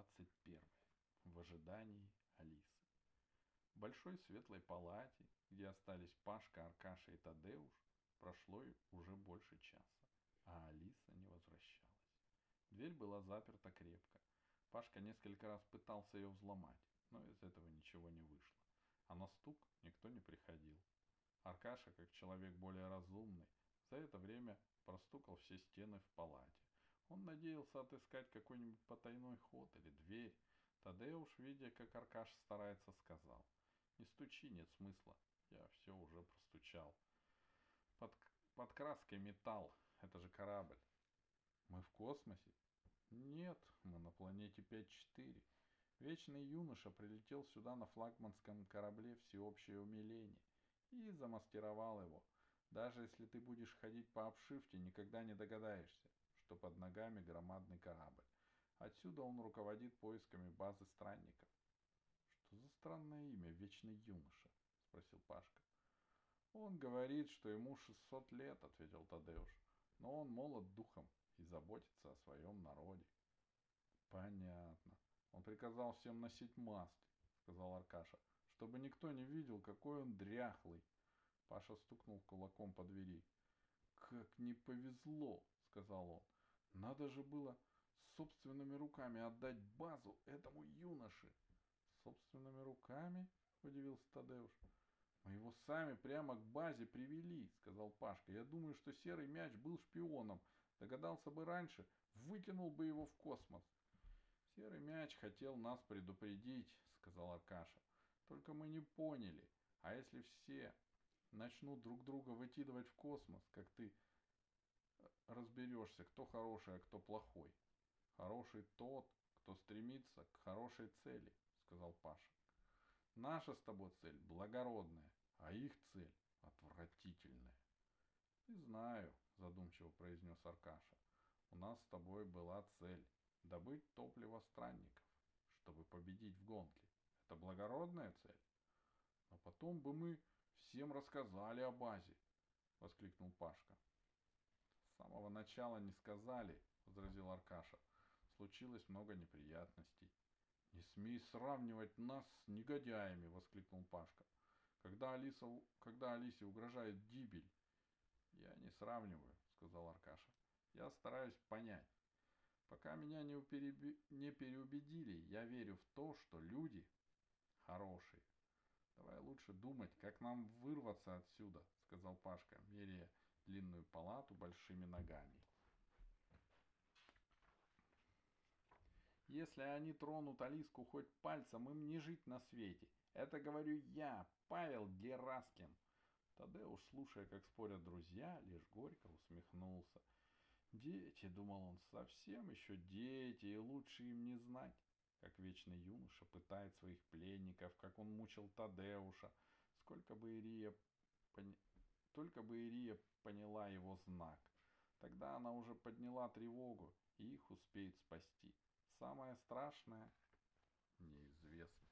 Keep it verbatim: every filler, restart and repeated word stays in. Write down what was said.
двадцать первое. В ожидании Алисы. В большой светлой палате, где остались Пашка, Аркаша и Тадеуш, прошло уже больше часа, а Алиса не возвращалась. Дверь была заперта крепко. Пашка несколько раз пытался ее взломать, но из этого ничего не вышло. А на стук никто не приходил. Аркаша, как человек более разумный, за это время простукал все стены в палате. Он надеялся отыскать какой-нибудь потайной ход или дверь. Тадеуш, видя, как Аркаша старается, сказал: «Не стучи, нет смысла. Я все уже простучал. Под, под краской металл. Это же корабль. Мы в космосе? Нет, мы на планете пять четыре. Вечный юноша прилетел сюда на флагманском корабле «Всеобщее умиление» и замаскировал его. Даже если ты будешь ходить по обшивке, никогда не догадаешься, что под ногами громадный корабль. Отсюда он руководит поисками базы странников». «Что за странное имя, Вечный юноша?» — спросил Пашка. «Он говорит, что ему шестьсот лет», — ответил Тадеуш. «Но он молод духом и заботится о своем народе». «Понятно. Он приказал всем носить маски», — сказал Аркаша, — «чтобы никто не видел, какой он дряхлый». Паша стукнул кулаком по двери. «Как не повезло», — сказал он. «Надо же было собственными руками отдать базу этому юноше». «Собственными руками?» — удивился Тадеуш. «Мы его сами прямо к базе привели», — сказал Пашка. «Я думаю, что серый мяч был шпионом. Догадался бы раньше, выкинул бы его в космос». «Серый мяч хотел нас предупредить», — сказал Аркаша. «Только мы не поняли. А если все начнут друг друга выкидывать в космос, как ты разберешься, кто хороший, а кто плохой?» «Хороший тот, кто стремится к хорошей цели», — сказал Паша. «Наша с тобой цель благородная, а их цель отвратительная». «Не знаю», — задумчиво произнес Аркаша. «У нас с тобой была цель — добыть топливо странников, чтобы победить в гонке. Это благородная цель?» «Но потом бы мы всем рассказали о базе», — воскликнул Пашка. «С самого начала не сказали», — возразил Аркаша. «Случилось много неприятностей». «Не смей сравнивать нас с негодяями!» — воскликнул Пашка. «Когда Алиса, когда Алисе угрожает гибель...» «Я не сравниваю», — сказал Аркаша. «Я стараюсь понять. Пока меня не, упереби... не переубедили, я верю в то, что люди хорошие. Давай лучше думать, как нам вырваться отсюда», — сказал Пашка, меряя длинную палату большими ногами. «Если они тронут Алиску хоть пальцем, им не жить на свете. Это говорю я, Павел Гераскин». Тадеуш, слушая, как спорят друзья, лишь горько усмехнулся. «Дети», — думал он, — «совсем еще дети, и лучше им не знать, как вечный юноша пытает своих пленников, как он мучил Тадеуша. Сколько бы Ирия пон... Только бы Ирия поняла его знак. Тогда она уже подняла тревогу, и их успеет спасти. Самое страшное неизвестно».